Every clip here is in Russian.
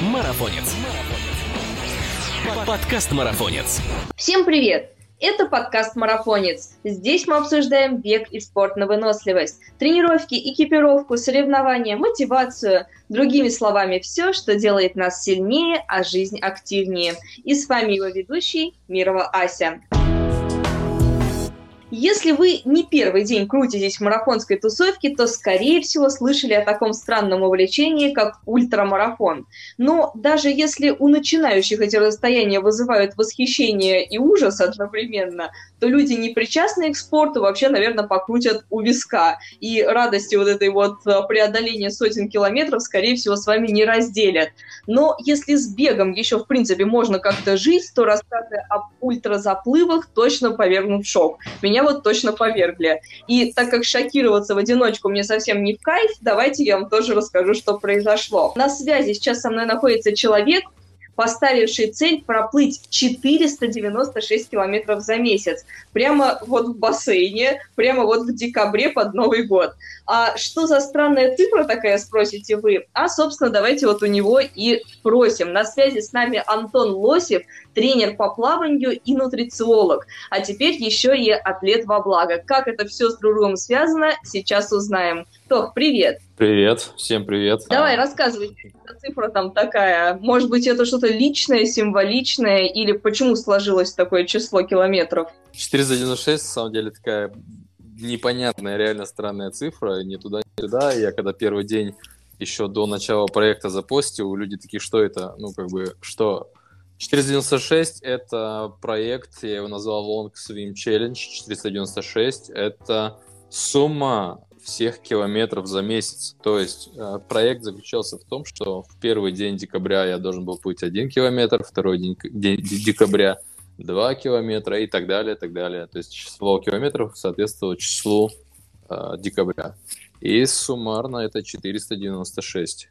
Марафонец. Подкаст «Марафонец». Всем привет! Это подкаст «Марафонец». Здесь мы обсуждаем бег и спорт на выносливость, тренировки, экипировку, соревнования, мотивацию. Другими словами, все, что делает нас сильнее, а жизнь активнее. И с вами его ведущий Мирова Ася. Если вы не первый день крутитесь в марафонской тусовке, то, скорее всего, слышали о таком странном увлечении, как ультрамарафон. Но даже если у начинающих эти расстояния вызывают восхищение и ужас одновременно, то люди, не причастные к спорту, вообще, наверное, покрутят у виска. И радости вот этой вот преодоления сотен километров, скорее всего, с вами не разделят. Но если с бегом еще, в принципе, можно как-то жить, то рассказы об ультразаплывах точно повергнут в шок. Меня вот точно повергли. И так как шокироваться в одиночку мне совсем не в кайф, давайте я вам тоже расскажу, что произошло. На связи сейчас со мной находится человек, поставивший цель проплыть 496 километров за месяц. Прямо вот в бассейне, прямо вот в декабре под Новый год. А что за странная цифра такая, спросите вы? А, собственно, давайте вот у него и спросим. На связи с нами Антон Лосев, тренер по плаванию и нутрициолог. А теперь еще и атлет во благо. Как это все с друг другом связано, сейчас узнаем. Тох, привет! Привет, всем привет. Давай, рассказывай, что цифра там такая. Может быть, это что-то личное, символичное, или почему сложилось такое число километров? 496, на самом деле, такая непонятная, реально странная цифра. Ни туда, ни сюда. Я когда первый день еще до начала проекта запостил, люди такие, что это? Что? 496 – это проект, я его назвал Long Swim Challenge 496. Это сумма всех километров за месяц. То есть проект заключался в том, что в первый день декабря я должен был плыть 1 километр, второй день декабря 2 километра и так далее, так далее. То есть число километров соответствовало числу декабря. И суммарно это 496.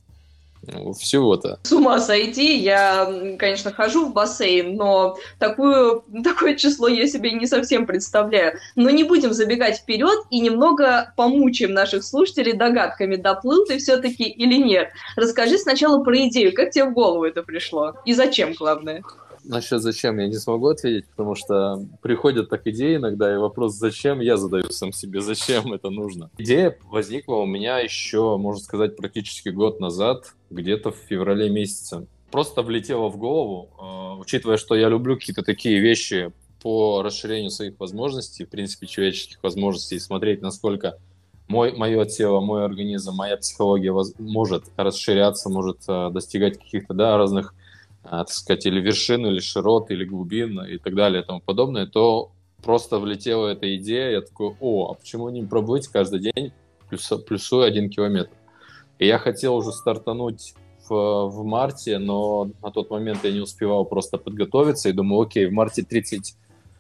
Всего-то. С ума сойти. Я, конечно, хожу в бассейн, но такое число я себе не совсем представляю. Но не будем забегать вперед и немного помучаем наших слушателей догадками, доплыл ты все-таки или нет. Расскажи сначала про идею, как тебе в голову это пришло? И зачем, главное? Насчет зачем я не смогу ответить, потому что приходят так идеи иногда, и вопрос «зачем?» я задаю сам себе, зачем это нужно. Идея возникла у меня еще, можно сказать, практически год назад, где-то в феврале месяце. Просто влетело в голову, учитывая, что я люблю какие-то такие вещи по расширению своих возможностей, в принципе, человеческих возможностей, смотреть, насколько мое тело, мой организм, моя психология может расширяться, может достигать каких-то разных, так сказать, или вершин, или широт, или глубин, и так далее, и тому подобное, то просто влетела эта идея, я такой, а почему не пробовать каждый день плюсуя 1 километр? И я хотел уже стартануть в марте, но на тот момент я не успевал просто подготовиться, и думаю, окей, в марте 30,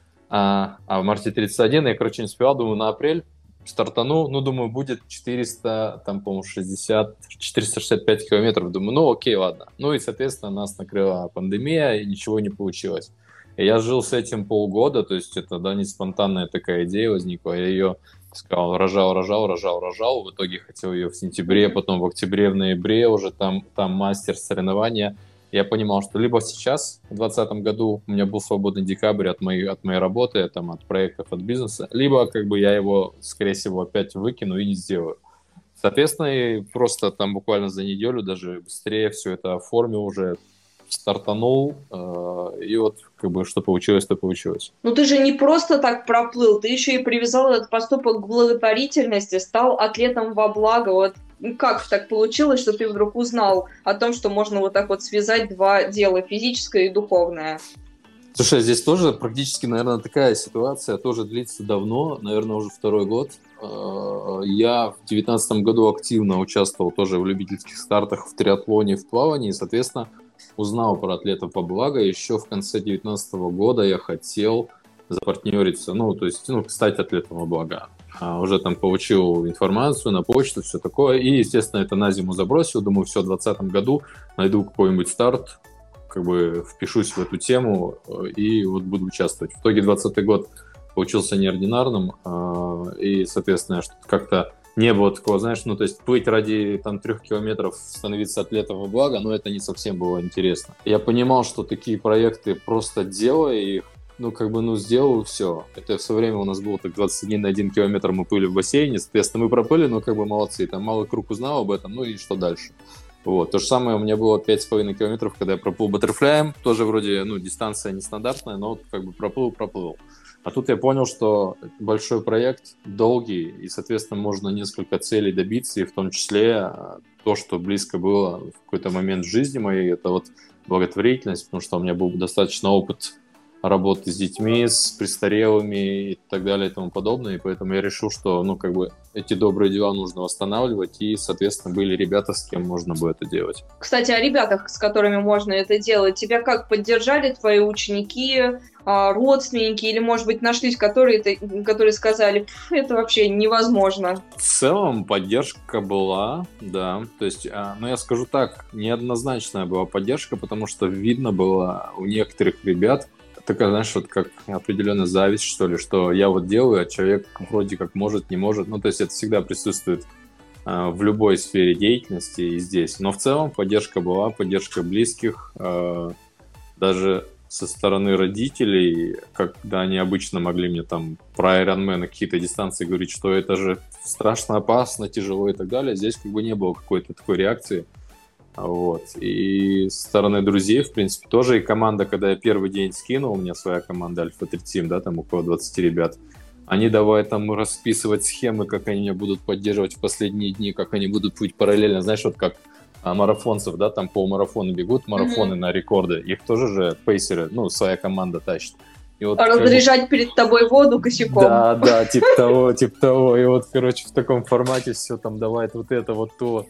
в марте 31, я, не успевал, думаю, на апрель стартану, думаю, будет 400, там, по-моему, 465 километров. Думаю, окей, ладно. И, соответственно, нас накрыла пандемия, и ничего не получилось. И я жил с этим полгода, то есть это, не спонтанная такая идея возникла. Я ее, сказал, рожал. В итоге хотел ее в сентябре, потом в октябре, в ноябре уже там мастер соревнования. Я понимал, что либо сейчас, в 2020 году, у меня был свободный декабрь от моей работы, от проектов, от бизнеса, либо я его, скорее всего, опять выкину и не сделаю. Соответственно, и просто там буквально за неделю, даже быстрее все это оформил уже, стартанул, и вот что получилось, то получилось. Ты же не просто так проплыл, ты еще и привязал этот поступок к благотворительности, стал атлетом во благо. Вот как так получилось, что ты вдруг узнал о том, что можно вот так вот связать два дела, физическое и духовное? Слушай, здесь тоже практически, наверное, такая ситуация, тоже длится давно, наверное, уже второй год. Я в 2019 году активно участвовал тоже в любительских стартах в триатлоне, в плавании, и, соответственно, узнал про атлетов во благо. Еще в конце 2019 года я хотел запартнериться, стать атлетом во благо. Уже там получил информацию на почту, все такое. И, естественно, это на зиму забросил. Думаю, все, в 2020 году найду какой-нибудь старт, впишусь в эту тему и вот буду участвовать. В итоге 2020 год получился неординарным. И, соответственно, я как-то не было такого, знаешь, ну, то есть плыть ради там 3 километров, становиться атлетом во благо, но это не совсем было интересно. Я понимал, что такие проекты, просто делая их, ну, как бы, ну, сделал и все. Это все время у нас было так 21 на 1 километр мы плыли в бассейне, соответственно, мы проплыли, но как бы молодцы, там малый круг узнал об этом, ну и что дальше? Вот. То же самое у меня было 5,5 километров, когда я проплыл баттерфляем, тоже вроде, ну, дистанция нестандартная, но вот как бы проплыл. А тут я понял, что большой проект, долгий, и, соответственно, можно несколько целей добиться, и в том числе то, что близко было в какой-то момент в жизни моей, это вот благотворительность, потому что у меня был достаточно опыт работы с детьми, с престарелыми и так далее и тому подобное, и поэтому я решил, что, ну, как бы эти добрые дела нужно восстанавливать, и, соответственно, были ребята, с кем можно было это делать. Кстати, о ребятах, с которыми можно это делать, тебя как поддержали твои ученики, родственники, или, может быть, нашлись, которые сказали, это вообще невозможно? В целом поддержка была, да, то есть, ну, я скажу так, неоднозначная была поддержка, потому что видно было у некоторых ребят, такая, знаешь, вот как определенная зависть, что ли, что я вот делаю, а человек вроде как может, не может. Ну, то есть это всегда присутствует в любой сфере деятельности и здесь. Но в целом поддержка была, поддержка близких, даже со стороны родителей, когда они обычно могли мне там про Ironman какие-то дистанции говорить, что это же страшно опасно, тяжело и так далее. Здесь как бы не было какой-то такой реакции. Вот. И со стороны друзей, в принципе, тоже. И команда, когда я первый день скинул, у меня своя команда Альфа-3 Team, да, там около 20 ребят, они давай там расписывать схемы, как они меня будут поддерживать в последние дни, как они будут путь параллельно. Знаешь, вот как марафонцев, да, там полмарафона бегут, марафоны на рекорды. Их тоже же пейсеры, ну, своя команда тащит. И вот, разряжать перед тобой воду косяком. Да, типа того. И вот, короче, в таком формате все там давай вот это, вот то.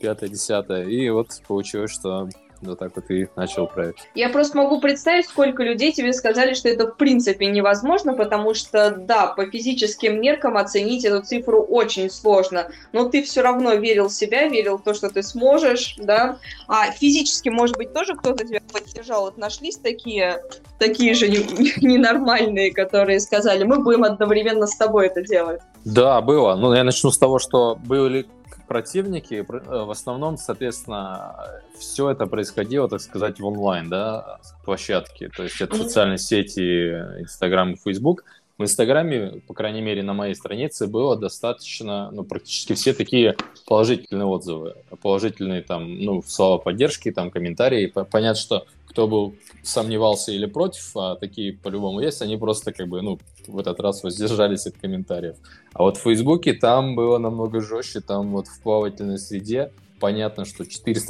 5-10. И вот получилось, что вот так вот и начал проект. Я просто могу представить, сколько людей тебе сказали, что это в принципе невозможно, потому что, да, по физическим меркам оценить эту цифру очень сложно, но ты все равно верил в себя, верил в то, что ты сможешь, да, а физически, может быть, тоже кто-то тебя поддержал, вот нашлись такие же ненормальные, которые сказали, мы будем одновременно с тобой это делать. Да, было. Ну, я начну с того, что были противники, в основном, соответственно, все это происходило, так сказать, в онлайн, да, площадке, то есть это социальные сети, Инстаграм и Фейсбук. В Инстаграме, по крайней мере, на моей странице было достаточно, ну, практически все такие положительные отзывы, положительные там, ну, слова поддержки, там, комментарии. Понятно, что кто был сомневался или против, а такие по-любому есть, они просто как бы, ну, в этот раз воздержались от комментариев. А вот в Фейсбуке там было намного жестче, там вот в плавательной среде понятно, что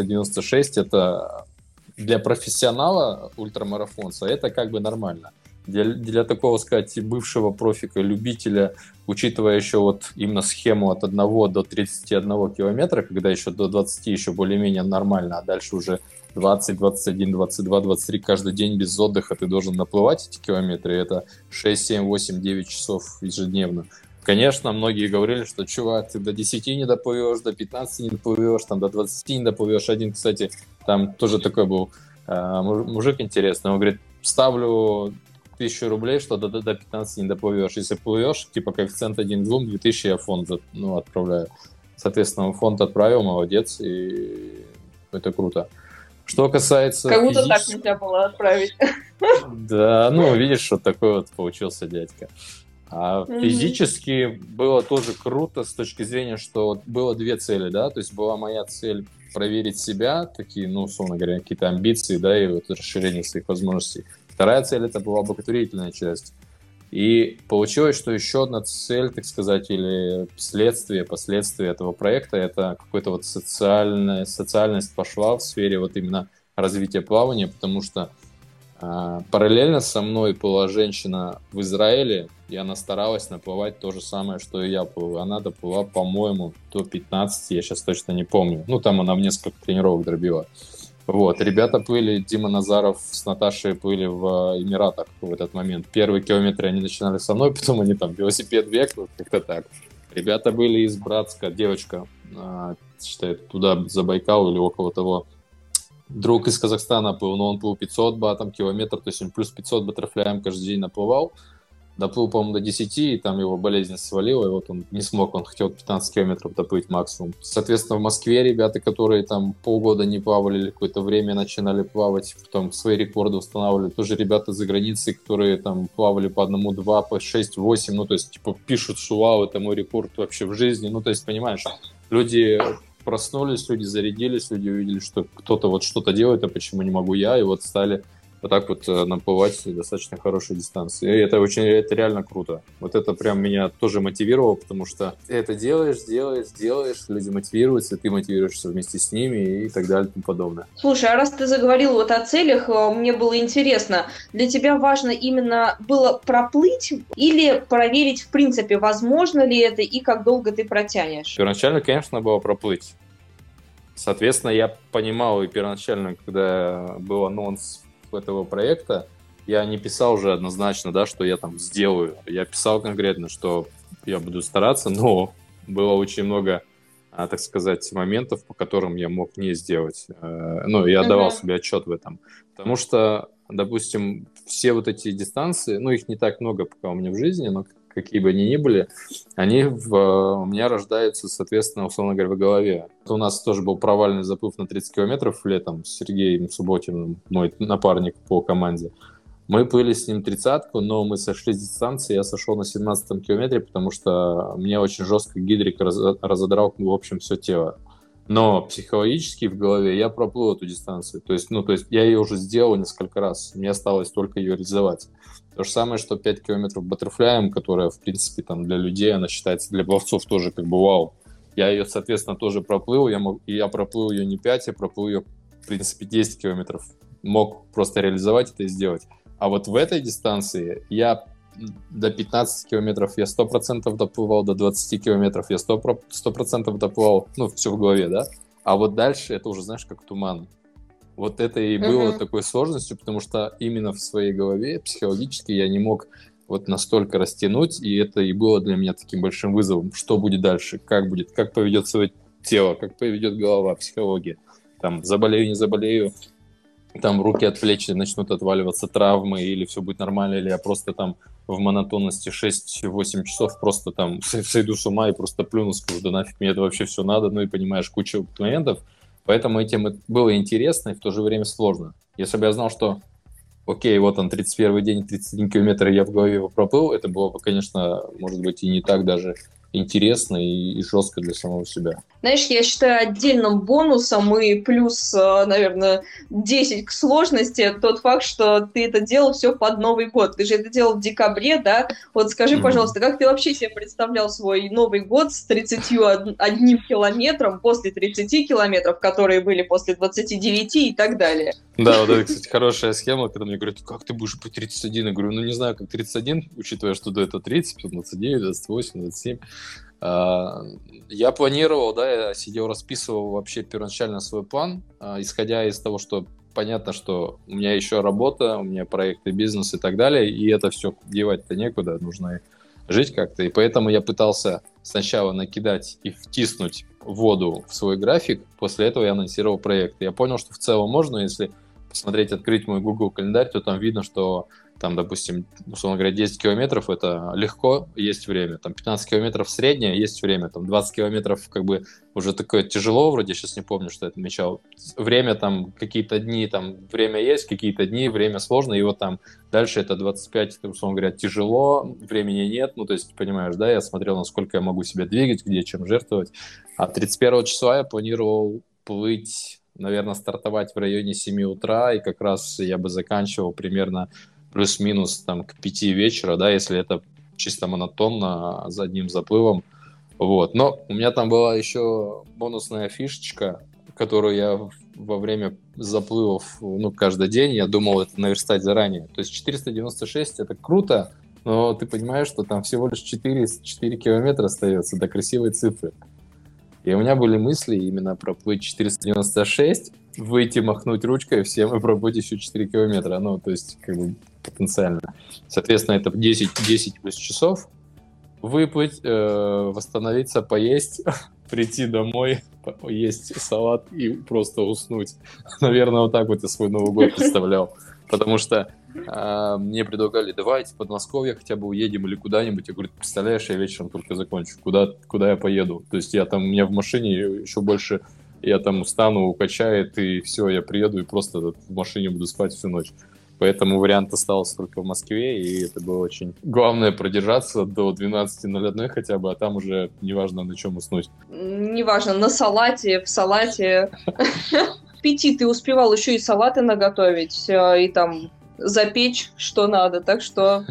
496 это для профессионала ультрамарафонца, это как бы нормально. Для такого, сказать, бывшего профика, любителя, учитывая еще вот именно схему от 1 до 31 километра, когда еще до 20 еще более-менее нормально, а дальше уже 20, 21, 22, 23 каждый день без отдыха ты должен наплывать эти километры, это 6, 7, 8, 9 часов ежедневно. Конечно, многие говорили, что, чувак, ты до 10 не доплывешь, до 15 не доплывешь, там, до 20 не доплывешь. Один, кстати, там тоже такой был мужик интересный, он говорит, ставлю 1000 рублей, что до 15 не доплывешь. Если плывешь, типа коэффициент 1 к 2, 2000 я фонд отправляю. Соответственно, фонд отправил, молодец, и это круто. Что касается как будто так нельзя было отправить. Да, ну, видишь, вот такой вот получился дядька. А физически было тоже круто с точки зрения, что было 2 цели, да, то есть была моя цель проверить себя, такие, ну, условно говоря, какие-то амбиции, да, и вот расширение своих возможностей. Вторая цель — это была благотворительная часть. И получилось, что еще одна цель, так сказать, или последствия этого проекта — это какая-то вот социальность пошла в сфере вот именно развития плавания, потому что параллельно со мной плыла женщина в Израиле, и она старалась наплывать то же самое, что и я плыл. Она доплыла, по-моему, до 15, я сейчас точно не помню. Ну, там она в несколько тренировок дробила. Вот, ребята плыли, Дима Назаров с Наташей плыли в Эмиратах в этот момент. Первые километры они начинали со мной, потом они там велосипед бег, вот как-то так. Ребята были из Братска, девочка, считает, туда за Байкал или около того. Друг из Казахстана плыл, но он плыл 500 батом километр, то есть он плюс 500 баттерфляем каждый день наплывал. доплыл, по-моему, до 10, и там его болезнь свалила, и вот он не смог, он хотел 15 километров доплыть максимум. Соответственно, в Москве ребята, которые там полгода не плавали или какое-то время начинали плавать, потом свои рекорды устанавливали, тоже ребята за границей, которые там плавали по 1-2, по 6-8, ну, то есть, типа, пишут, что вау, это мой рекорд вообще в жизни, ну, то есть, понимаешь, люди проснулись, люди зарядились, люди увидели, что кто-то вот что-то делает, а почему не могу я, и вот стали вот так вот наплывать достаточно хорошие дистанции. И это реально круто. Вот это прям меня тоже мотивировало, потому что ты это делаешь, люди мотивируются, ты мотивируешься вместе с ними и так далее и тому подобное. Слушай, а раз ты заговорил вот о целях, мне было интересно, для тебя важно именно было проплыть или проверить, в принципе, возможно ли это и как долго ты протянешь? Первоначально, конечно, было проплыть. Соответственно, я понимал и первоначально, когда был анонс этого проекта, я не писал уже однозначно, да, что я там сделаю. Я писал конкретно, что я буду стараться, но было очень много, так сказать, моментов, по которым я мог не сделать. Ну, я отдавал себе отчет в этом. Потому что, допустим, все вот эти дистанции, ну, их не так много пока у меня в жизни, но какие бы они ни были, они у меня рождаются, соответственно, условно говоря, в голове. У нас тоже был провальный заплыв на 30 километров летом с Сергеем Субботиным, мой напарник по команде. Мы плыли с ним 30-ку, но мы сошли с дистанции, я сошел на 17-м километре, потому что мне очень жестко гидрик разодрал, в общем, все тело. Но психологически в голове я проплыл эту дистанцию. То есть я ее уже сделал несколько раз, мне осталось только ее реализовать. То же самое, что 5 километров баттерфляем, которая, в принципе, там для людей, она считается для пловцов тоже как бы вау. Я ее, соответственно, тоже проплыл. Я проплыл ее не 5, я проплыл ее, в принципе, 10 километров. Мог просто реализовать это и сделать. А вот в этой дистанции я до 15 километров я 100% доплывал, до 20 километров я 100% доплывал. Ну, все в голове, да? А вот дальше это уже, знаешь, как туман. Вот это и было такой сложностью, потому что именно в своей голове психологически я не мог вот настолько растянуть, и это и было для меня таким большим вызовом. Что будет дальше, как будет, как поведет свое тело, как поведет голова, психология. Там, заболею, не заболею, там руки от плеч начнут отваливаться, травмы, или все будет нормально, или я просто там в монотонности 6-8 часов просто там сойду с ума и просто плюну, скажу, да нафиг мне это вообще все надо, ну и понимаешь, куча моментов. Поэтому этим было интересно и в то же время сложно. Если бы я знал, что окей, вот он, 31-й день, 31 километр, я в голове его проплыл, это было бы, конечно, может быть, и не так даже интересно и жестко для самого себя. Знаешь, я считаю отдельным бонусом и плюс, наверное, 10 к сложности тот факт, что ты это делал все под Новый год. Ты же это делал в декабре, да? Вот скажи, пожалуйста, как ты вообще себе представлял свой Новый год с 31 километром, после 30 километров, которые были после 29 и так далее? Да, вот это, кстати, хорошая схема, когда мне говорят, как ты будешь по 31? Я говорю, ну не знаю, как 31, учитывая, что до этого 30, 29, 28, 27. Я планировал, да, я сидел, расписывал вообще первоначально свой план, исходя из того, что понятно, что у меня еще работа, у меня проекты, бизнес и так далее, и это все девать-то некуда, нужно жить как-то. И поэтому я пытался сначала накидать и втиснуть воду в свой график, после этого я анонсировал проект. Я понял, что в целом можно, если посмотреть, открыть мой Google календарь, то там видно, что там, допустим, условно говоря, 10 километров это легко, есть время, там 15 километров среднее, есть время, там 20 километров как бы уже такое тяжело вроде, сейчас не помню, что я отмечал. Время там, какие-то дни, там время есть, какие-то дни, время сложно, и вот там дальше это 25, это, условно говоря, тяжело, времени нет, ну, то есть, понимаешь, да, я смотрел, насколько я могу себя двигать, где чем жертвовать. А 31 числа я планировал плыть, наверное, стартовать в районе 7 утра, и как раз я бы заканчивал примерно плюс-минус там к 5 вечера, да, если это чисто монотонно, за одним заплывом. Вот. Но у меня там была еще бонусная фишечка, которую я во время заплывов, ну, каждый день, я думал это наверстать заранее. То есть 496 это круто, но ты понимаешь, что там всего лишь 4 километра остается до красивой цифры. И у меня были мысли именно проплыть 496, выйти, махнуть ручкой всем и проплыть еще 4 километра. Ну, то есть, как бы, потенциально. Соответственно, это 10 плюс часов. Выплыть, восстановиться, поесть, прийти домой, есть салат и просто уснуть. Наверное, вот так вот я свой Новый год представлял. Потому что Мне предлагали, давайте в Подмосковье хотя бы уедем или куда-нибудь. Я говорю, представляешь, я вечером только закончу. Куда я поеду? То есть у меня в машине еще больше, я там устану, укачает, и все, я приеду и просто в машине буду спать всю ночь. Поэтому вариант остался только в Москве, и это было очень... Главное продержаться до 12:01 хотя бы, а там уже неважно на чем уснуть. Неважно, на салате, в салате. К 5 ты успевал еще и салаты наготовить, и там запечь, что надо, так что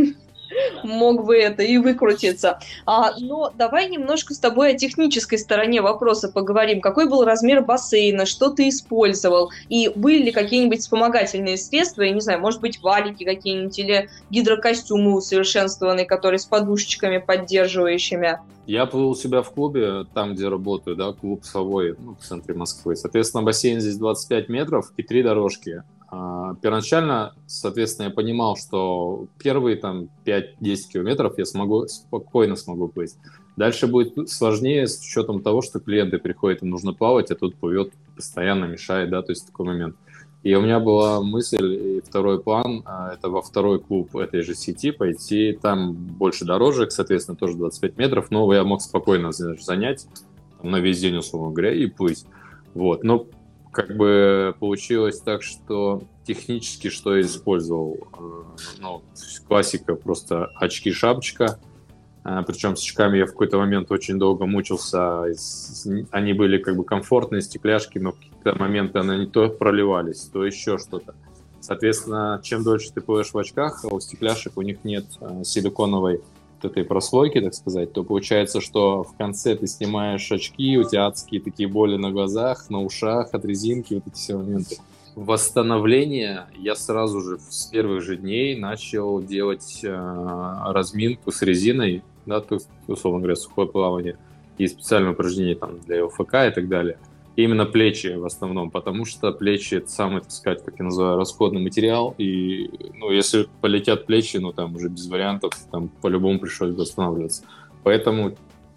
мог бы это и выкрутиться. Но давай немножко с тобой о технической стороне вопроса поговорим. Какой был размер бассейна, что ты использовал, и были ли какие-нибудь вспомогательные средства, я не знаю, может быть, валики какие-нибудь или гидрокостюмы усовершенствованные, которые с подушечками поддерживающими? Я плыл у себя в клубе, там, где работаю, да, клуб «Совой», в центре Москвы. Соответственно, бассейн здесь 25 метров и 3 дорожки. Первоначально, соответственно, я понимал, что первые там 5-10 километров я спокойно смогу плыть. Дальше будет сложнее с учетом того, что клиенты приходят, им нужно плавать, а тут плывет, постоянно мешает, да, то есть такой момент. И у меня была мысль, и второй план, это во второй клуб этой же сети пойти, там больше дорожек, соответственно, тоже 25 метров, но я мог спокойно занять там, на весь день, условно говоря, и плыть. Вот, но как бы получилось так, что технически что я использовал, классика, просто очки-шапочка, причем с очками я в какой-то момент очень долго мучился, они были как бы комфортные стекляшки, но в какие-то моменты они то проливались, то еще что-то. Соответственно, чем дольше ты плывешь в очках, а у стекляшек у них нет силиконовой вот этой прослойки, так сказать, то получается, что в конце ты снимаешь очки, у тебя адские такие боли на глазах, на ушах от резинки, вот эти все моменты. Восстановление я сразу же с первых же дней начал делать разминку с резиной, да, то есть, условно говоря, сухое плавание, и специальные упражнения там для ЛФК и так далее. И именно плечи в основном, потому что плечи — это самый, так сказать, как я называю, расходный материал, и, если полетят плечи, там уже без вариантов, там по-любому пришлось восстанавливаться. Поэтому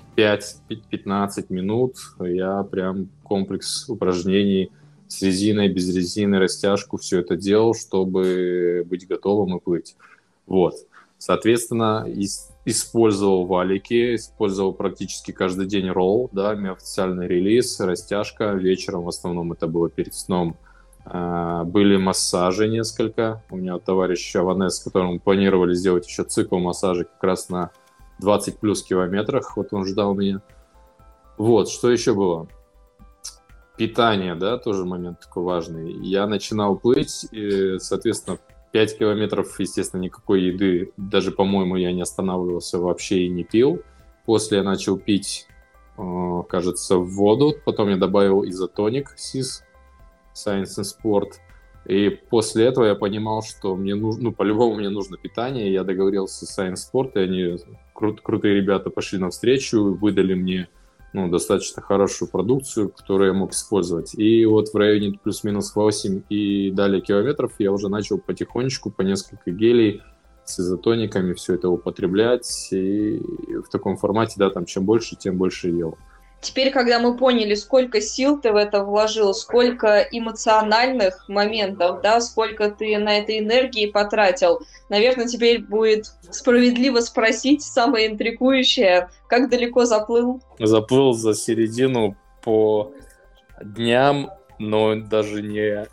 5-15 минут я прям комплекс упражнений с резиной, без резины, растяжку, все это делал, чтобы быть готовым и плыть. Вот. Соответственно, использовал валики, использовал практически каждый день ролл, да, у меня официальный релиз, растяжка, вечером в основном это было перед сном. Были массажи несколько, у меня товарищ Аванес, с которым планировали сделать еще цикл массажей как раз на 20 плюс километрах, вот он ждал меня. Вот, что еще было? Питание, да, тоже момент такой важный. Я начинал плыть, и, соответственно, 5 километров, естественно, никакой еды, даже, по-моему, я не останавливался вообще и не пил. После я начал пить, кажется, воду, потом я добавил изотоник СИС, Science and Sport, и после этого я понимал, что мне нужно, по-любому мне нужно питание, я договорился с Science Sport, и они, крутые ребята, пошли навстречу, выдали мне достаточно хорошую продукцию, которую я мог использовать. И вот в районе плюс-минус 8 и далее километров я уже начал потихонечку по несколько гелей с изотониками все это употреблять. И в таком формате, да, там чем больше, тем больше ел. Теперь, когда мы поняли, сколько сил ты в это вложил, сколько эмоциональных моментов, да, сколько ты на этой энергии потратил, наверное, теперь будет справедливо спросить самое интригующее, как далеко заплыл? Заплыл за середину по дням, но даже не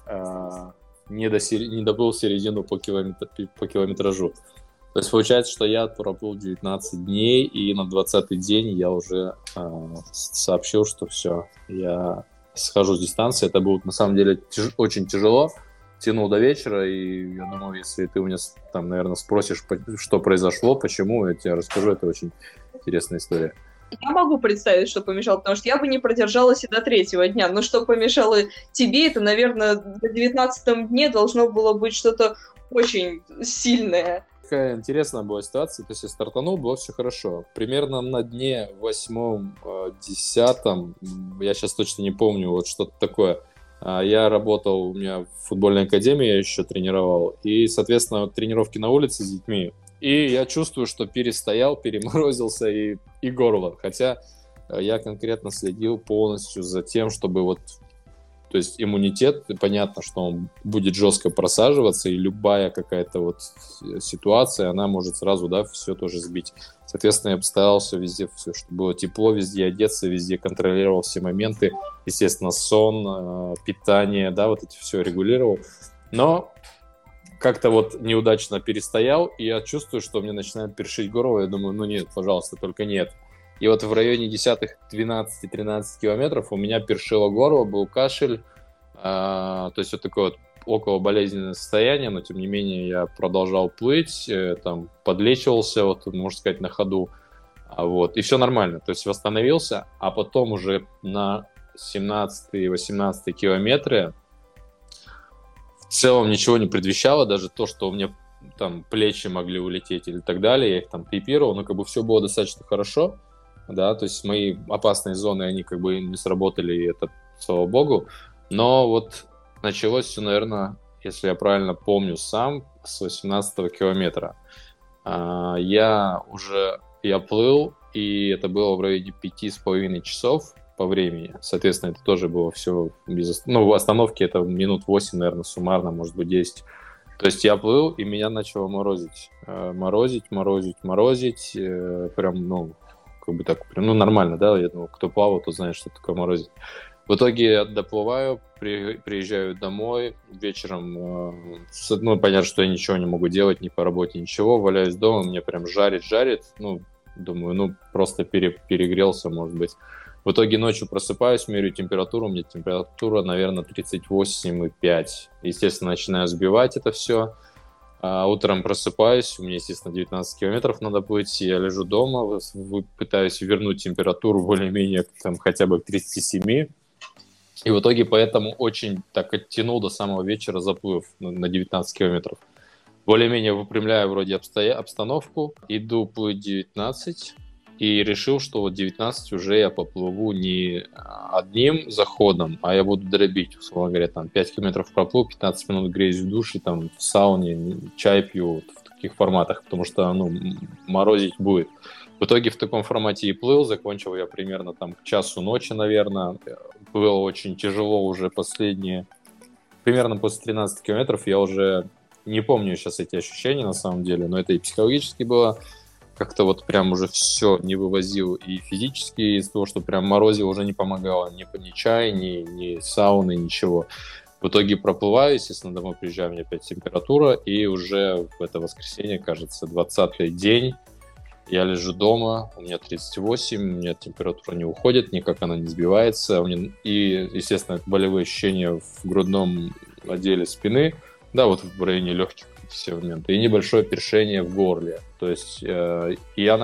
доплыл середину по километражу. То есть получается, что я проплыл 19 дней, и на 20-й день я уже сообщил, что все, я схожу с дистанции. Это было на самом деле очень тяжело. Тянул до вечера, и я думаю, если ты у меня там, наверное, спросишь, что произошло, почему, я тебе расскажу. Это очень интересная история. Я могу представить, что помешало, потому что я бы не продержалась и до 3-го дня. Но что помешало тебе, это, наверное, на 19-м дне должно было быть что-то очень сильное. Такая интересная была ситуация, то есть я стартанул, было все хорошо. Примерно на дне 8-м, 10-м, я сейчас точно не помню, вот что-то такое. Я работал, у меня в футбольной академии, я еще тренировал, и, соответственно, тренировки на улице с детьми. И я чувствую, что перестоял, переморозился и горло. Хотя я конкретно следил полностью за тем, чтобы то То есть иммунитет, понятно, что он будет жестко просаживаться, и любая какая-то вот ситуация, она может сразу, да, все тоже сбить. Соответственно, я постарался везде, все, чтобы было тепло, везде одеться, везде контролировал все моменты. Естественно, сон, питание, да, вот эти все регулировал. Но как-то вот неудачно перестоял, и я чувствую, что мне начинает першить горло. Я думаю, ну нет, пожалуйста, только нет. И вот в районе 10-х, 12-13 километров у меня першило горло, был кашель. То есть вот такое вот около болезненное состояние, но тем не менее я продолжал плыть, там подлечивался, вот можно сказать, на ходу. Вот, и все нормально, то есть восстановился, а потом уже на 17-18 километры в целом ничего не предвещало, даже то, что у меня там плечи могли улететь или так далее, я их там пипировал, но как бы все было достаточно хорошо, да, то есть мои опасные зоны, они как бы не сработали, и это, слава богу, но вот началось все, наверное, если я правильно помню сам, с 18-го километра. Я плыл, и это было в районе 5,5 часов по времени. Соответственно, это тоже было все без... Ну, в остановке это минут 8, наверное, суммарно, может быть, 10. То есть я плыл, и меня начало морозить. Морозить. Прям, ну, как бы так, прям, ну, нормально, да? Я думаю, кто плавал, тот знает, что такое морозить. В итоге я доплываю, приезжаю домой, вечером, ну, понятно, что я ничего не могу делать, ни по работе, ничего, валяюсь дома, мне прям жарит, ну, думаю, ну, просто перегрелся, может быть. В итоге ночью просыпаюсь, меряю температуру, у меня температура, наверное, 38,5. Естественно, начинаю сбивать это все. Утром просыпаюсь, у меня, естественно, 19 километров надо плыть, я лежу дома, пытаюсь вернуть температуру более-менее там, хотя бы к 37. И в итоге поэтому очень так оттянул до самого вечера заплыв на 19 километров. Более-менее выпрямляю вроде обстановку, иду плыть 19 и решил, что вот 19 уже я поплыву не одним заходом, а я буду дробить, условно говоря, там 5 километров проплыл, 15 минут греюсь в душе, там в сауне, чай пью вот в таких форматах, потому что, ну, морозить будет. В итоге в таком формате и плыл, закончил я примерно там к часу ночи, наверное. Было очень тяжело уже последние... Примерно после 13 километров я уже не помню сейчас эти ощущения на самом деле, но это и психологически было. Как-то вот прям уже все не вывозил и физически из того, что прям морозило, уже не помогало ни чай, ни сауны, ничего. В итоге проплываю, естественно, домой приезжаю, у меня опять температура, и уже в это воскресенье, кажется, 20-й день, я лежу дома, у меня 38, у меня температура не уходит, никак она не сбивается. И, естественно, болевые ощущения в грудном отделе спины, да, вот в районе легких все моменты, и небольшое першение в горле. То есть я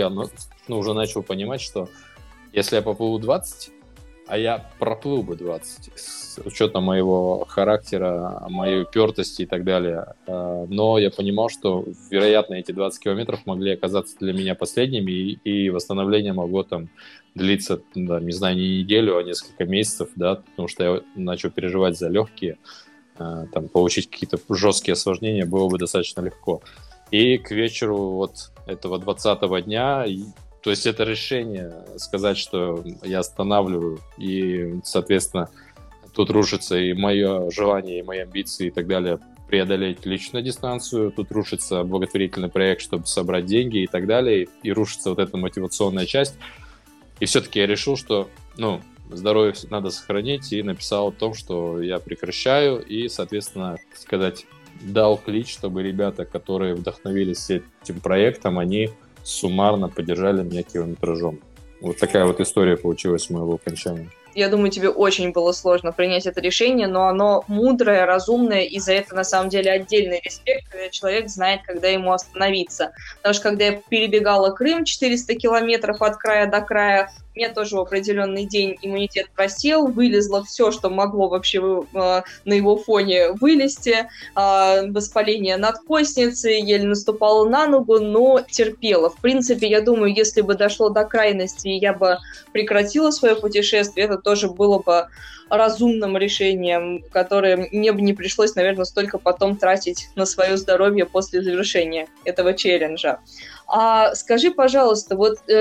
уже начал понимать, что если я поплыву 20, а я проплыл бы 20, с учетом моего характера, моей упертости и так далее. Но я понимал, что, вероятно, эти 20 километров могли оказаться для меня последними, и восстановление могло там длиться, да, не знаю, не неделю, а несколько месяцев, да, потому что я начал переживать за легкие, там, получить какие-то жесткие осложнения было бы достаточно легко. И к вечеру вот этого 20-го дня... То есть это решение сказать, что я останавливаю, и, соответственно, тут рушится и мое желание, и мои амбиции и так далее преодолеть личную дистанцию, тут рушится благотворительный проект, чтобы собрать деньги и так далее, и рушится вот эта мотивационная часть. И все-таки я решил, что, ну, здоровье надо сохранить, и написал о том, что я прекращаю, и, соответственно, сказать, дал клич, чтобы ребята, которые вдохновились этим проектом, они суммарно поддержали меня километражом. Вот такая вот история получилась с моего окончания. Я думаю, тебе очень было сложно принять это решение, но оно мудрое, разумное, и за это, на самом деле, отдельный респект, когда человек знает, когда ему остановиться. Потому что, когда я перебегала Крым 400 километров от края до края, у меня тоже в определенный день иммунитет просел, вылезло все, что могло вообще на его фоне вылезти, воспаление надкостницы, еле наступала на ногу, но терпела. В принципе, я думаю, если бы дошло до крайности, я бы прекратила свое путешествие, это тоже было бы разумным решением, которое мне бы не пришлось, наверное, столько потом тратить на свое здоровье после завершения этого челленджа. Скажи, пожалуйста, вот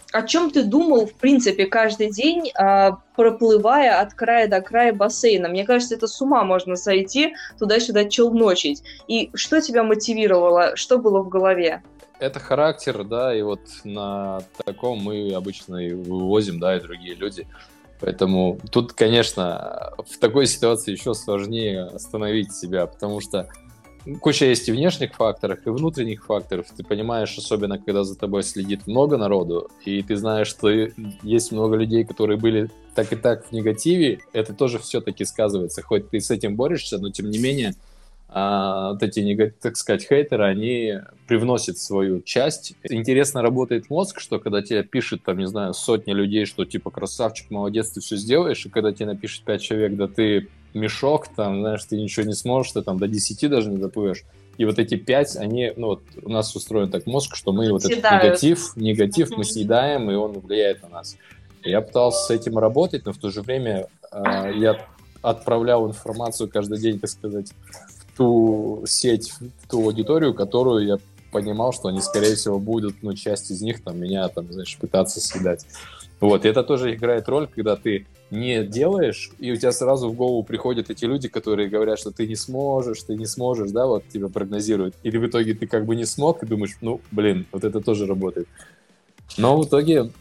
О чем ты думал, в принципе, каждый день, проплывая от края до края бассейна? Мне кажется, это с ума можно сойти, туда-сюда челночить. И что тебя мотивировало? Что было в голове? Это характер, да, и вот на таком мы обычно и вывозим, да, и другие люди. Поэтому тут, конечно, в такой ситуации еще сложнее остановить себя, потому что куча есть и внешних факторов, и внутренних факторов. Ты понимаешь, особенно когда за тобой следит много народу, и ты знаешь, что есть много людей, которые были так и так в негативе, это тоже все-таки сказывается. Хоть ты с этим борешься, но тем не менее вот эти, так сказать, хейтеры, они привносят свою часть. Интересно работает мозг, что когда тебе пишет, там, не знаю, сотни людей, что типа красавчик, молодец, ты все сделаешь, и когда тебе напишет 5 человек, да ты мешок, там, знаешь, ты ничего не сможешь, ты там до 10 даже не доплывешь. И вот эти 5, они, ну вот у нас устроен так мозг, что мы вот этот негатив мы съедаем, и он влияет на нас. Я пытался с этим работать, но в то же время я отправлял информацию каждый день, так сказать, в ту сеть, в ту аудиторию, которую я понимал, что они, скорее всего, будут, ну, часть из них, там, меня, там, знаешь, пытаться съедать. Вот, и это тоже играет роль, когда ты не делаешь, и у тебя сразу в голову приходят эти люди, которые говорят, что ты не сможешь, да, вот тебя прогнозируют. Или в итоге ты как бы не смог, и думаешь, ну, блин, вот это тоже работает. Но в итоге,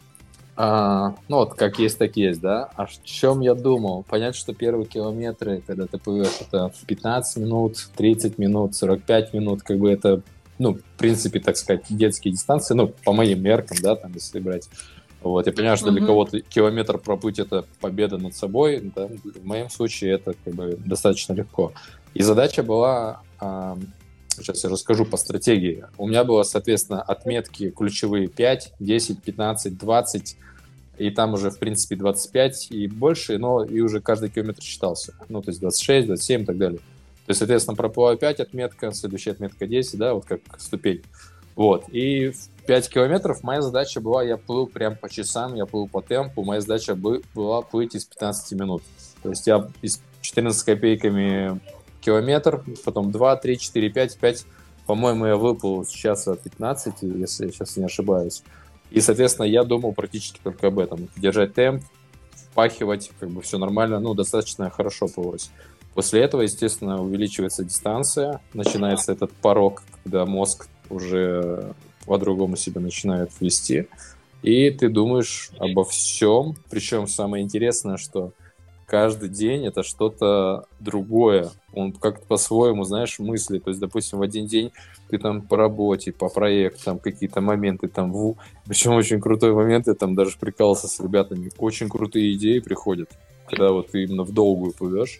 ну вот как есть, так есть, да. А о чем я думал? Понять, что первые километры, когда ты плывешь, это 15 минут, 30 минут, 45 минут, как бы это, ну, в принципе, так сказать, детские дистанции, ну, по моим меркам, да, там, если брать. Вот, я понимаю, что для кого-то километр проплыть — это победа над собой, да? В моем случае это как бы достаточно легко. И задача была, сейчас я расскажу по стратегии. У меня было, соответственно, отметки ключевые 5, 10, 15, 20, и там уже, в принципе, 25 и больше, но и уже каждый километр считался. Ну, то есть 26, 27 и так далее. То есть, соответственно, проплываю 5 отметка, следующая отметка 10, да, вот как ступень. Вот, и 5 километров моя задача была, я плыл прям по часам, я плыл по темпу, моя задача была плыть из 15 минут. То есть я из 14 копейками километр, потом 2, 3, 4, 5, 5, по-моему, я выплыл с часа 15, если я сейчас не ошибаюсь. И, соответственно, я думал практически только об этом. Держать темп, впахивать, как бы все нормально, ну, достаточно хорошо плылось. После этого, естественно, увеличивается дистанция, начинается этот порог, когда мозг уже по-другому себя начинает вести, и ты думаешь обо всем. Причем самое интересное, что каждый день это что-то другое. Он как-то по-своему, знаешь, мысли. То есть, допустим, в один день ты там по работе, по проектам, какие-то моменты там. Причем очень крутой момент, я там даже прикалывался с ребятами. Очень крутые идеи приходят, когда вот ты именно в долгую плывешь.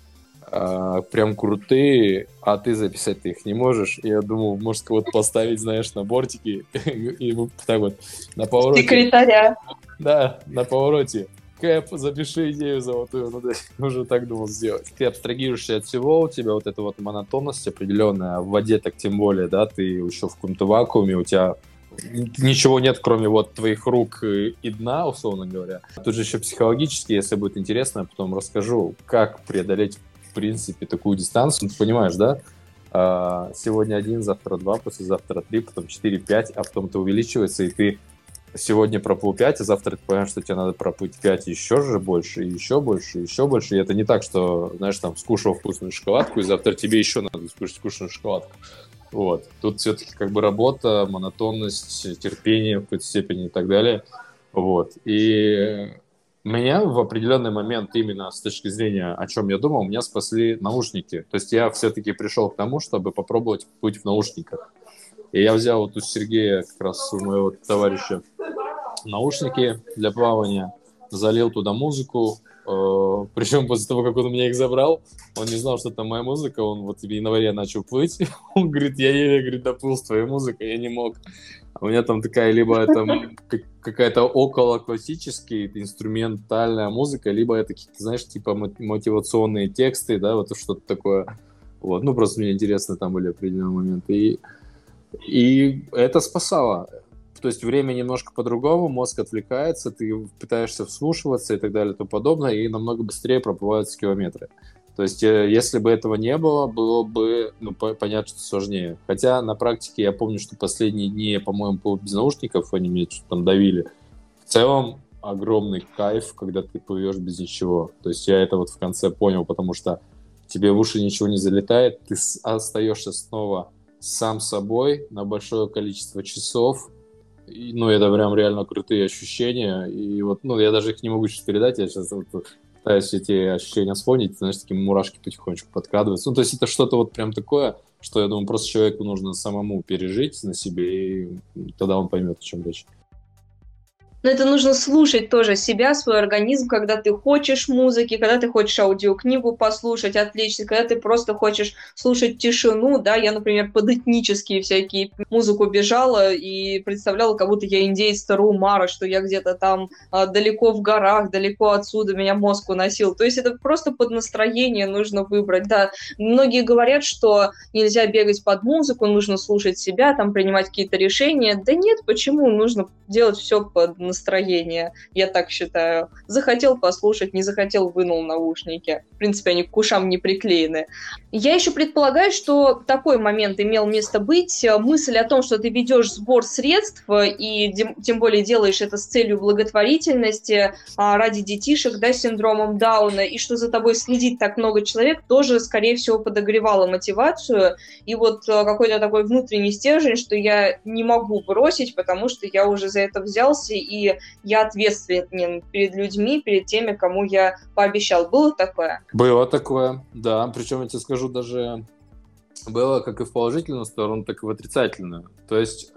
Прям крутые, а ты записать-то их не можешь. И я думал, может, кого-то поставить, знаешь, на бортики и так вот на повороте. Секретаря. Да, на повороте. Кэп, запиши идею золотую. Ну, да, уже так думал сделать. Ты абстрагируешься от всего, у тебя вот эта вот монотонность определенная, а в воде так тем более, да, ты еще в каком-то вакууме, у тебя ничего нет, кроме вот твоих рук и дна, условно говоря. Тут же еще психологически, если будет интересно, я потом расскажу, как преодолеть в принципе такую дистанцию. Ты понимаешь, да? Сегодня 1, завтра 2, послезавтра 3, потом 4, 5, а потом это увеличивается, и ты сегодня проплыл 5, а завтра ты понимаешь, что тебе надо проплыть 5 еще же больше, и еще больше, и еще больше. И это не так, что, знаешь, там, скушал вкусную шоколадку, и завтра тебе еще надо скушать вкусную шоколадку. Вот. Тут все-таки как бы работа, монотонность, терпение в какой-то степени и так далее. Вот. И меня в определенный момент, именно с точки зрения, о чем я думал, меня спасли наушники. То есть я все-таки пришел к тому, чтобы попробовать быть в наушниках. И я взял вот у Сергея, как раз у моего товарища, наушники для плавания, залил туда музыку. Причем после того, как он у меня их забрал, он не знал, что это моя музыка. Он вот в январе начал плыть. Он говорит, я еле, говорит, доплыл с твоей музыкой, я не мог. А у меня там такая либо это какая-то около классическая инструментальная музыка, либо это какие-то, знаешь, типа мотивационные тексты, да, вот что-то такое. Вот, ну просто мне интересно, там были определенные моменты. И это спасало. То есть время немножко по-другому, мозг отвлекается, ты пытаешься вслушиваться и так далее и тому подобное, и намного быстрее проплываются километры. То есть, если бы этого не было, было бы, ну, понятно, что сложнее. Хотя на практике я помню, что последние дни я, по-моему, был без наушников, они меня что-то там давили. В целом, огромный кайф, когда ты плывешь без ничего. То есть, я это вот в конце понял, потому что тебе в уши ничего не залетает, ты остаешься снова сам собой на большое количество часов. И, ну, это прям реально крутые ощущения. И вот, ну, я даже их не могу сейчас передать, я сейчас вот пытаюсь эти ощущения вспомнить, знаешь, такие мурашки потихонечку подкрадываются. Ну, то есть это что-то вот прям такое, что, я думаю, просто человеку нужно самому пережить на себе, и тогда он поймет, о чем речь. Но это нужно слушать тоже себя, свой организм, когда ты хочешь музыки, когда ты хочешь аудиокнигу послушать, отвлечься, когда ты просто хочешь слушать тишину, да, я, например, под этнические всякие музыку бежала и представляла, как будто я индеец Тарумара, что я где-то там далеко в горах, далеко отсюда, меня мозг уносил. То есть это просто под настроение нужно выбрать, да. Многие говорят, что нельзя бегать под музыку, нужно слушать себя, там принимать какие-то решения. Да нет, почему? Нужно делать все под настроение, я так считаю. Захотел послушать, не захотел, вынул наушники. В принципе, они к ушам не приклеены. Я еще предполагаю, что такой момент имел место быть. Мысль о том, что ты ведешь сбор средств и тем более делаешь это с целью благотворительности ради детишек, да, с синдромом Дауна, и что за тобой следит так много человек, тоже, скорее всего, подогревало мотивацию. И вот какой-то такой внутренний стержень, что я не могу бросить, потому что я уже за это взялся, и я ответственен перед людьми, перед теми, кому я пообещал. Было такое? Было такое, да. Причем, я тебе скажу, даже было как и в положительную сторону, так и в отрицательную. То есть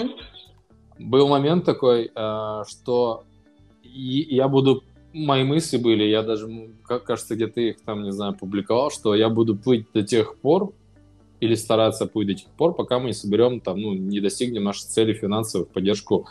был момент такой, что я буду... Мои мысли были, я даже, кажется, где-то их там, не знаю, публиковал, что я буду плыть до тех пор, или стараться плыть до тех пор, пока мы не соберем, там, ну, не достигнем нашей цели финансовой в поддержку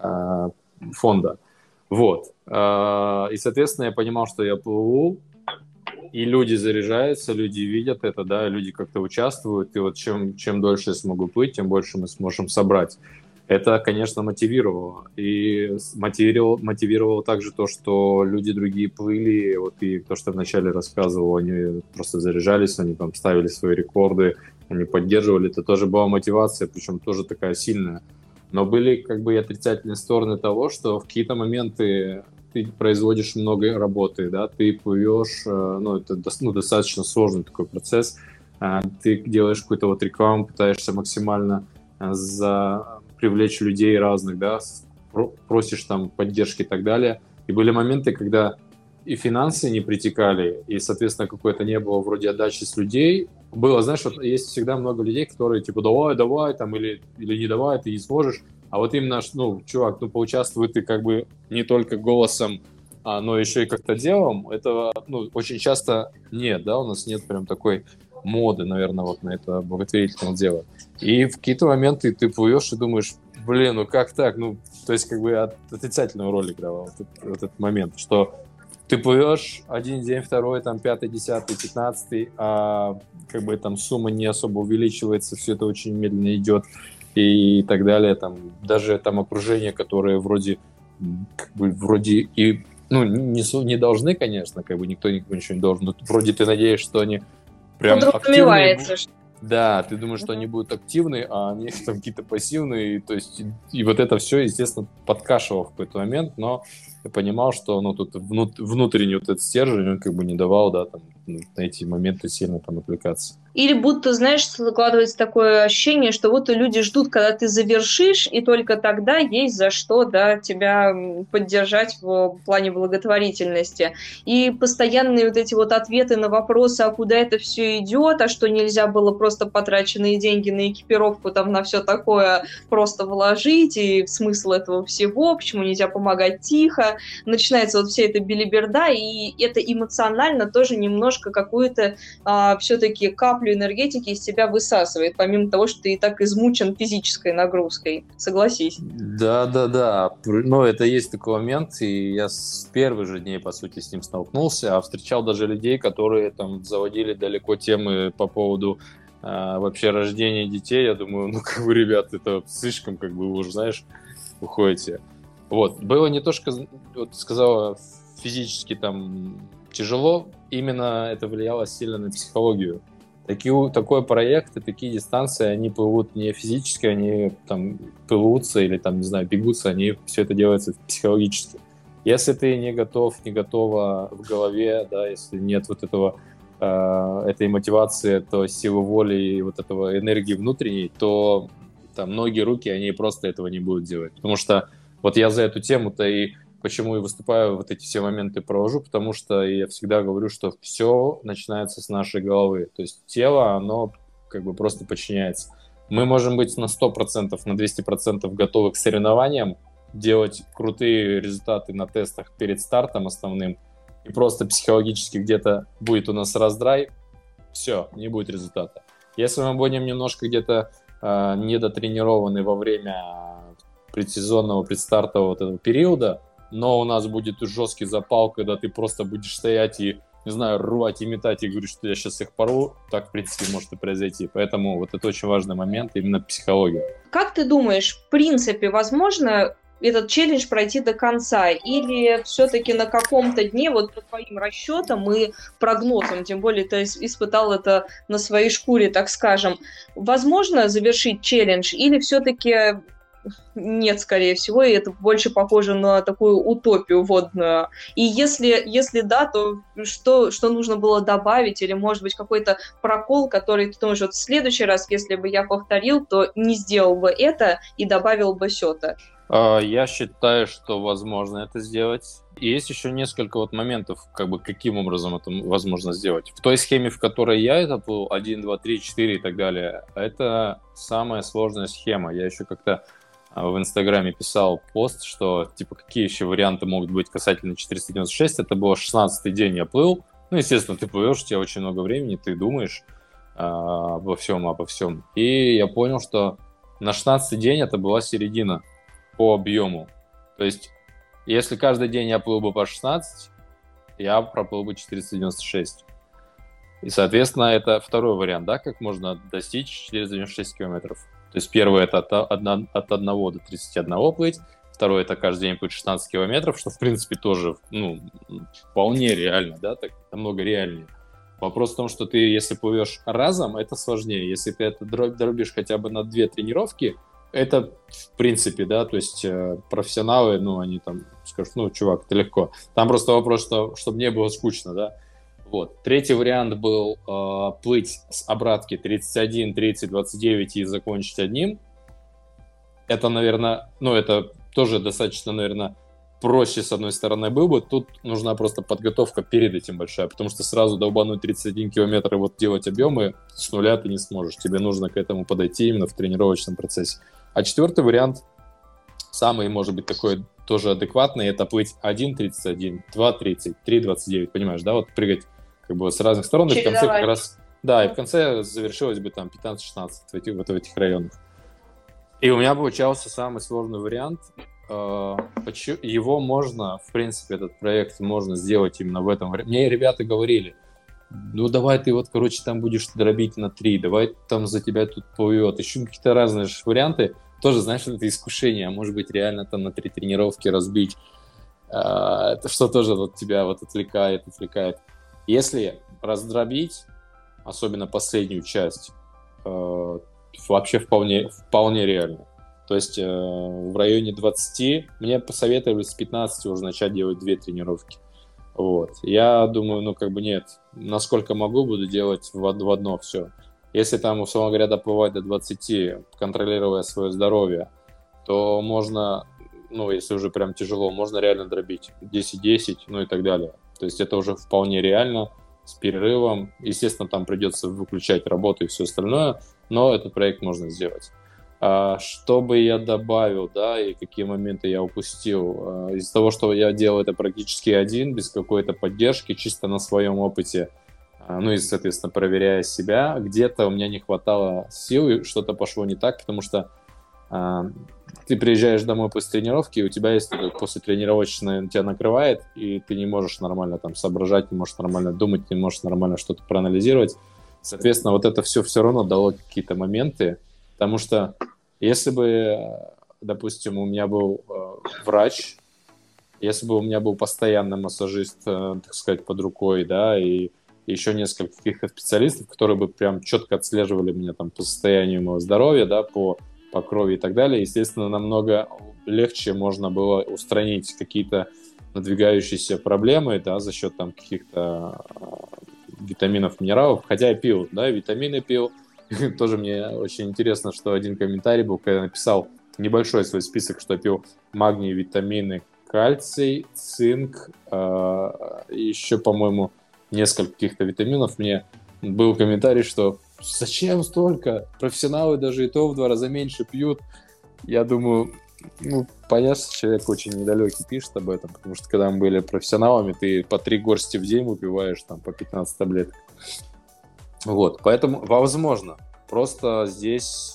фонда. Вот. И, соответственно, я понимал, что я плыву, и люди заряжаются, люди видят это, да, люди как-то участвуют, и вот чем дольше я смогу плыть, тем больше мы сможем собрать. Это, конечно, мотивировало. И мотивировало также то, что люди другие плыли, вот и то, что я вначале рассказывал, они просто заряжались, они там ставили свои рекорды, они поддерживали, это тоже была мотивация, причем тоже такая сильная. Но были как бы и отрицательные стороны того, что в какие-то моменты ты производишь много работы, да, ты плывешь, ну, это достаточно сложный такой процесс, ты делаешь какую-то вот рекламу, пытаешься максимально привлечь людей разных, да, просишь там поддержки и так далее. И были моменты, когда и финансы не притекали, и, соответственно, какой-то не было вроде отдачи с людей. Было, знаешь, вот есть всегда много людей, которые типа давай, там, или не давай, ты не сможешь. А вот именно, ну, чувак, ну, поучаствуй ты как бы не только голосом, но еще и как-то делом. Этого, ну, очень часто нет, да, у нас нет прям такой моды, наверное, вот на это благотворительное дело. И в какие-то моменты ты плывешь и думаешь, блин, ну как так? Ну, то есть как бы отрицательную роль играла вот этот момент, что ты плывешь один день, второй, там, 5, 10, 15, а как бы там сумма не особо увеличивается, все это очень медленно идет и так далее. Там, даже там окружение, которое вроде и, ну, не должны, конечно, как бы никто никому ничего не должен, но вроде ты надеешься, что они прям активные. Да, ты думаешь, что они будут активны, а они там какие-то пассивные, то есть и вот это все, естественно, подкашивало в какой-то момент, но я понимал, что, ну, тут внутренний вот этот стержень, он как бы не давал, да, там, на эти моменты сильно там отвлекаться. Или будто, знаешь, складывается такое ощущение, что вот люди ждут, когда ты завершишь, и только тогда есть за что, да, тебя поддержать в плане благотворительности. И постоянные вот эти вот ответы на вопросы, а куда это все идет, а что нельзя было просто потраченные деньги на экипировку, там, на все такое просто вложить, и смысл этого всего, почему нельзя помогать тихо. Начинается вот вся эта белиберда, и это эмоционально тоже немножко какую-то все-таки каплю энергетики из тебя высасывает, помимо того, что ты и так измучен физической нагрузкой. Согласись. Да. Но это есть такой момент, и я с первых же дней, по сути, с ним столкнулся, а встречал даже людей, которые там заводили далеко темы по поводу вообще рождения детей. Я думаю, ну, как бы, ребят, это слишком, как бы, вы уже, знаешь, уходите. Вот. Было не то, что, вот, сказала, физически там тяжело, именно это влияло сильно на психологию. Такой проект и такие дистанции, они плывут не физически, они там плывутся или там, не знаю, бегутся, они все это делается психологически. Если ты не готов, не готова в голове, да, если нет вот этой мотивации, то силы воли и вот этого энергии внутренней, то там ноги, руки, они просто этого не будут делать. Потому что вот я за эту тему-то и почему и выступаю, вот эти все моменты провожу, потому что я всегда говорю, что все начинается с нашей головы. То есть тело, оно как бы просто подчиняется. Мы можем быть на 100%, на 200% готовы к соревнованиям, делать крутые результаты на тестах перед стартом основным, и просто психологически где-то будет у нас раздрай, все, не будет результата. Если мы будем немножко где-то недотренированы во время предсезонного, предстартового вот этого периода, но у нас будет жесткий запал, когда ты просто будешь стоять и, не знаю, рвать и метать, и говорить, что я сейчас их порву, так, в принципе, может и произойти. Поэтому вот это очень важный момент, именно психология. Как ты думаешь, в принципе, возможно этот челлендж пройти до конца? Или все-таки на каком-то дне, вот по твоим расчетам и прогнозам, тем более ты испытал это на своей шкуре, так скажем, возможно завершить челлендж? Или все-таки нет, скорее всего, и это больше похоже на такую утопию водную? И если да, то что нужно было добавить? Или, может быть, какой-то прокол, который ты думаешь, вот в следующий раз, если бы я повторил, то не сделал бы это и добавил бы сё-то? Я считаю, что возможно это сделать. И есть еще несколько вот моментов, как бы каким образом это возможно сделать. В той схеме, в которой я это был, 1, 2, 3, 4 и так далее, это самая сложная схема. Я еще как-то в Инстаграме писал пост, что типа какие еще варианты могут быть касательно 496. Это было 16-й день я плыл. Ну, естественно, ты плывешь, у тебя очень много времени, ты думаешь обо всем. И я понял, что на 16-й день это была середина по объему. То есть, если каждый день я плыл бы по 16, я проплыл бы 496. И, соответственно, это второй вариант, да, как можно достичь 496 километров. То есть, первый — это от 1 до 31 плыть, второй — это каждый день плыть 16 километров, что, в принципе, тоже, вполне реально, да, так намного реальнее. Вопрос в том, что ты, если плывешь разом, это сложнее. Если ты это дробишь хотя бы на 2 тренировки, это, в принципе, да, то есть профессионалы, они там скажут, чувак, это легко. Там просто вопрос, чтобы не было скучно, да. Вот. Третий вариант был плыть с обратки 31, 30, 29 и закончить одним. Это, наверное, это тоже достаточно, наверное, проще, с одной стороны, был бы. Тут нужна просто подготовка перед этим большая, потому что сразу долбануть 31 километр и вот делать объемы с нуля ты не сможешь. Тебе нужно к этому подойти именно в тренировочном процессе. А четвертый вариант, самый, может быть, такой тоже адекватный, это плыть 1.31, 2.30, 3.29, понимаешь, да, вот прыгать как бы с разных сторон, и в конце как раз, да, и в конце завершилось бы там 15-16 в этих районах. И у меня получался самый сложный вариант. Его можно, в принципе, этот проект можно сделать именно в этом. Мне ребята говорили, давай ты там будешь дробить на 3, давай там за тебя тут плывет. Еще какие-то разные варианты. Тоже, знаешь, это искушение, а может быть реально там на 3 тренировки разбить. Это что тоже тебя отвлекает. Если раздробить, особенно последнюю часть, вообще вполне реально. То есть в районе 20 мне посоветовали с 15 уже начать делать 2 тренировки. Вот. Я думаю, нет. Насколько могу, буду делать в одно все. Если там, условно говоря, доплывать до 20, контролируя свое здоровье, то можно, если уже прям тяжело, можно реально дробить 10-10, и так далее. То есть это уже вполне реально, с перерывом. Естественно, там придется выключать работу и все остальное, но этот проект можно сделать. Что бы я добавил, да, и какие моменты я упустил? Из-за того, что я делал это практически один, без какой-то поддержки, чисто на своем опыте, и, соответственно, проверяя себя, где-то у меня не хватало сил, и что-то пошло не так, потому что ты приезжаешь домой после тренировки, и у тебя есть после тренировочной тебя накрывает, и ты не можешь нормально там соображать, не можешь нормально думать, не можешь нормально что-то проанализировать. Соответственно, это все равно дало какие-то моменты, потому что если бы, допустим, у меня был врач, Если бы у меня был постоянный массажист, так сказать, под рукой, да, и еще несколько каких-то специалистов, которые бы прям четко отслеживали меня там по состоянию моего здоровья, да, по крови и так далее, естественно, намного легче можно было устранить какие-то надвигающиеся проблемы, да, за счет там каких-то витаминов, минералов, хотя я пил, да, витамины пил. Тоже мне очень интересно, что один комментарий был, когда я написал небольшой свой список, что я пил магний, витамины, кальций, цинк, еще, по-моему, несколько каких-то витаминов. Мне был комментарий, что зачем столько? Профессионалы даже и то в 2 раза меньше пьют. Я думаю, ну, понятно, что человек очень недалекий пишет об этом, потому что когда мы были профессионалами, ты по 3 горсти в день выпиваешь, там, по 15 таблеток. Вот, поэтому, возможно, просто здесь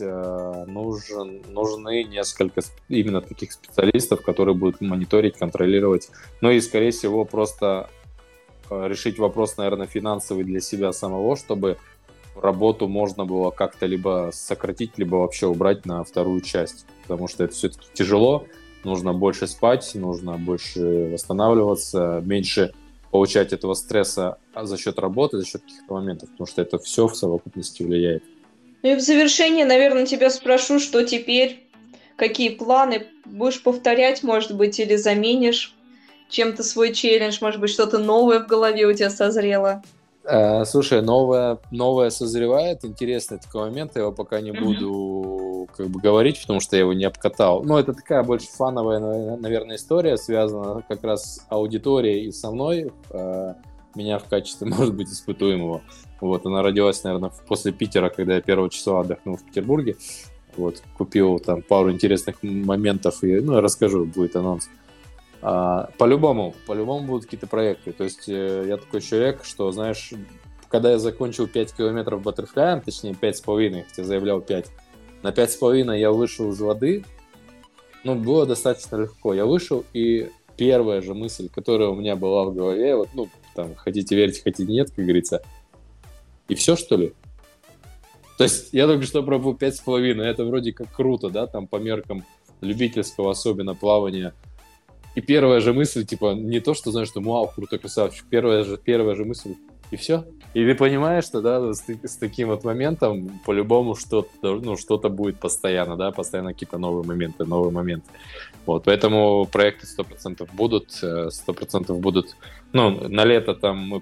нужны несколько именно таких специалистов, которые будут мониторить, контролировать. Ну и, скорее всего, просто решить вопрос, наверное, финансовый для себя самого, чтобы работу можно было как-то либо сократить, либо вообще убрать на вторую часть. Потому что это все-таки тяжело, нужно больше спать, нужно больше восстанавливаться, меньше получать этого стресса за счет работы, за счет каких-то моментов, потому что это все в совокупности влияет. Ну и в завершение, наверное, тебя спрошу, что теперь, какие планы будешь повторять, может быть, или заменишь чем-то свой челлендж, может быть, что-то новое в голове у тебя созрело? Слушай, новое созревает, интересный такой момент, я его пока не буду как бы говорить, потому что я его не обкатал. Но это такая больше фановая, наверное, история, связана как раз с аудиторией и со мной, меня в качестве, может быть, испытуемого. Вот, она родилась, наверное, после Питера, когда я 1 числа отдохнул в Петербурге. Вот, купил там пару интересных моментов, и, ну, я расскажу, будет анонс. По-любому будут какие-то проекты. То есть я такой человек, что, знаешь, когда я закончил 5 километров баттерфляем, точнее 5,5, хотя заявлял 5, на 5,5 я вышел из воды, ну, было достаточно легко. Я вышел, и первая же мысль, которая у меня была в голове, вот, ну, там, хотите верить, хотите нет, как говорится, и все, что ли? То есть я только что пробовал 5,5, это вроде как круто, да, там по меркам любительского, особенно плавания. И первая же мысль, типа, не то, что знаешь, что вау, круто, красавчик, первая же мысль, и все. И ты понимаешь, что, да, с таким вот моментом по-любому что-то будет постоянно, да, постоянно какие-то новые моменты. Вот, поэтому проекты 100% будут, 100% будут, ну, на лето там мы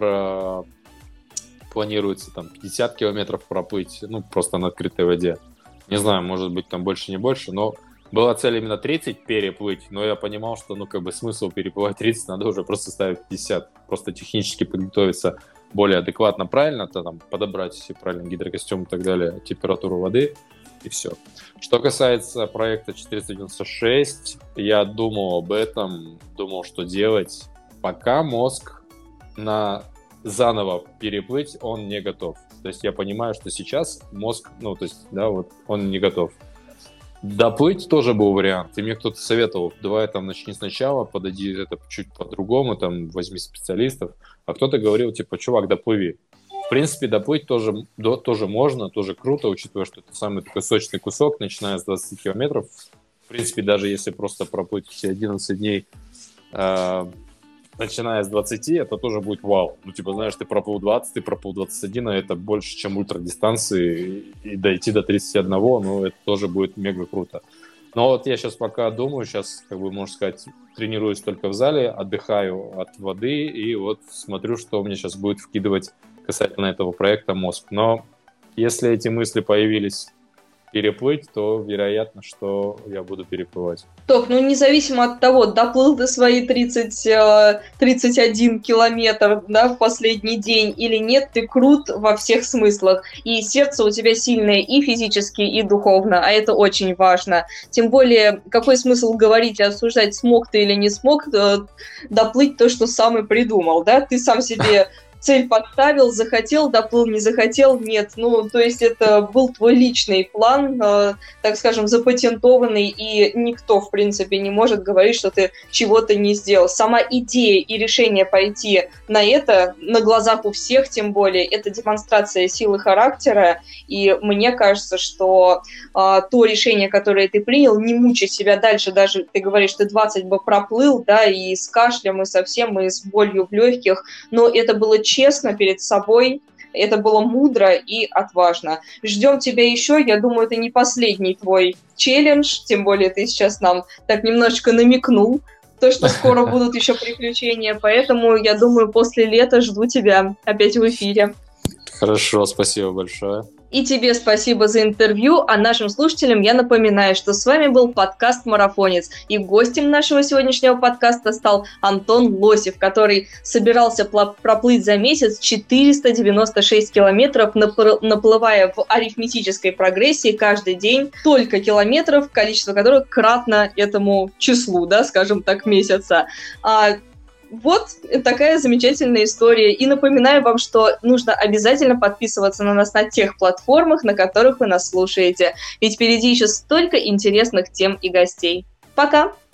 планируется там 50 километров проплыть, ну, просто на открытой воде. Не знаю, может быть, там больше, не больше, но была цель именно 30 переплыть, но я понимал, что, ну, как бы смысл переплывать 30, надо уже просто ставить 50. Просто технически подготовиться более адекватно, правильно, то там подобрать правильный гидрокостюм и так далее, температуру воды, и все. Что касается проекта 496, я думал об этом, думал, что делать. Пока мозг на заново переплыть, он не готов. То есть я понимаю, что сейчас мозг, ну, то есть, да, вот он не готов. Доплыть тоже был вариант. И мне кто-то советовал, давай там начни сначала, подойди это чуть по-другому, там возьми специалистов. А кто-то говорил, типа, чувак, доплыви. В принципе, доплыть тоже можно, тоже круто, учитывая, что это самый такой сочный кусок, начиная с 20 километров. В принципе, даже если просто проплыть все 11 дней, начиная с 20, это тоже будет вау. Ну, типа, знаешь, ты проплыл 20, ты проплыл 21, а это больше, чем ультрадистанции, и дойти до 31, ну, это тоже будет мега круто. Но вот я сейчас пока думаю, сейчас, как бы, можно сказать, тренируюсь только в зале, отдыхаю от воды, и вот смотрю, что у меня сейчас будет вкидывать касательно этого проекта мозг. Но если эти мысли появились переплыть, то вероятно, что я буду переплывать. Тох, ну независимо от того, доплыл ты свои 31 километр, да, в последний день или нет, ты крут во всех смыслах. И сердце у тебя сильное и физически, и духовно, а это очень важно. Тем более, какой смысл говорить и осуждать, смог ты или не смог доплыть то, что сам и придумал, да? Ты сам себе цель поставил, захотел, доплыл, не захотел, нет. Ну, то есть это был твой личный план, так скажем, запатентованный, и никто, в принципе, не может говорить, что ты чего-то не сделал. Сама идея и решение пойти на это, на глазах у всех, тем более, это демонстрация силы характера, и мне кажется, что то решение, которое ты принял, не мучить себя дальше, даже ты говоришь, ты 20 бы проплыл, да, и с кашлем, и со всем, и с болью в легких, но это было честно перед собой, это было мудро и отважно. Ждем тебя еще, я думаю, это не последний твой челлендж, тем более ты сейчас нам так немножечко намекнул, то, что скоро будут еще приключения, поэтому, я думаю, после лета жду тебя опять в эфире. Хорошо, спасибо большое. И тебе спасибо за интервью, а нашим слушателям я напоминаю, что с вами был подкаст «Марафонец», и гостем нашего сегодняшнего подкаста стал Антон Лосев, который собирался проплыть за месяц 496 километров, наплывая в арифметической прогрессии каждый день только километров, количество которых кратно этому числу, да, скажем так, месяца. Вот такая замечательная история. И напоминаю вам, что нужно обязательно подписываться на нас на тех платформах, на которых вы нас слушаете. Ведь впереди еще столько интересных тем и гостей. Пока!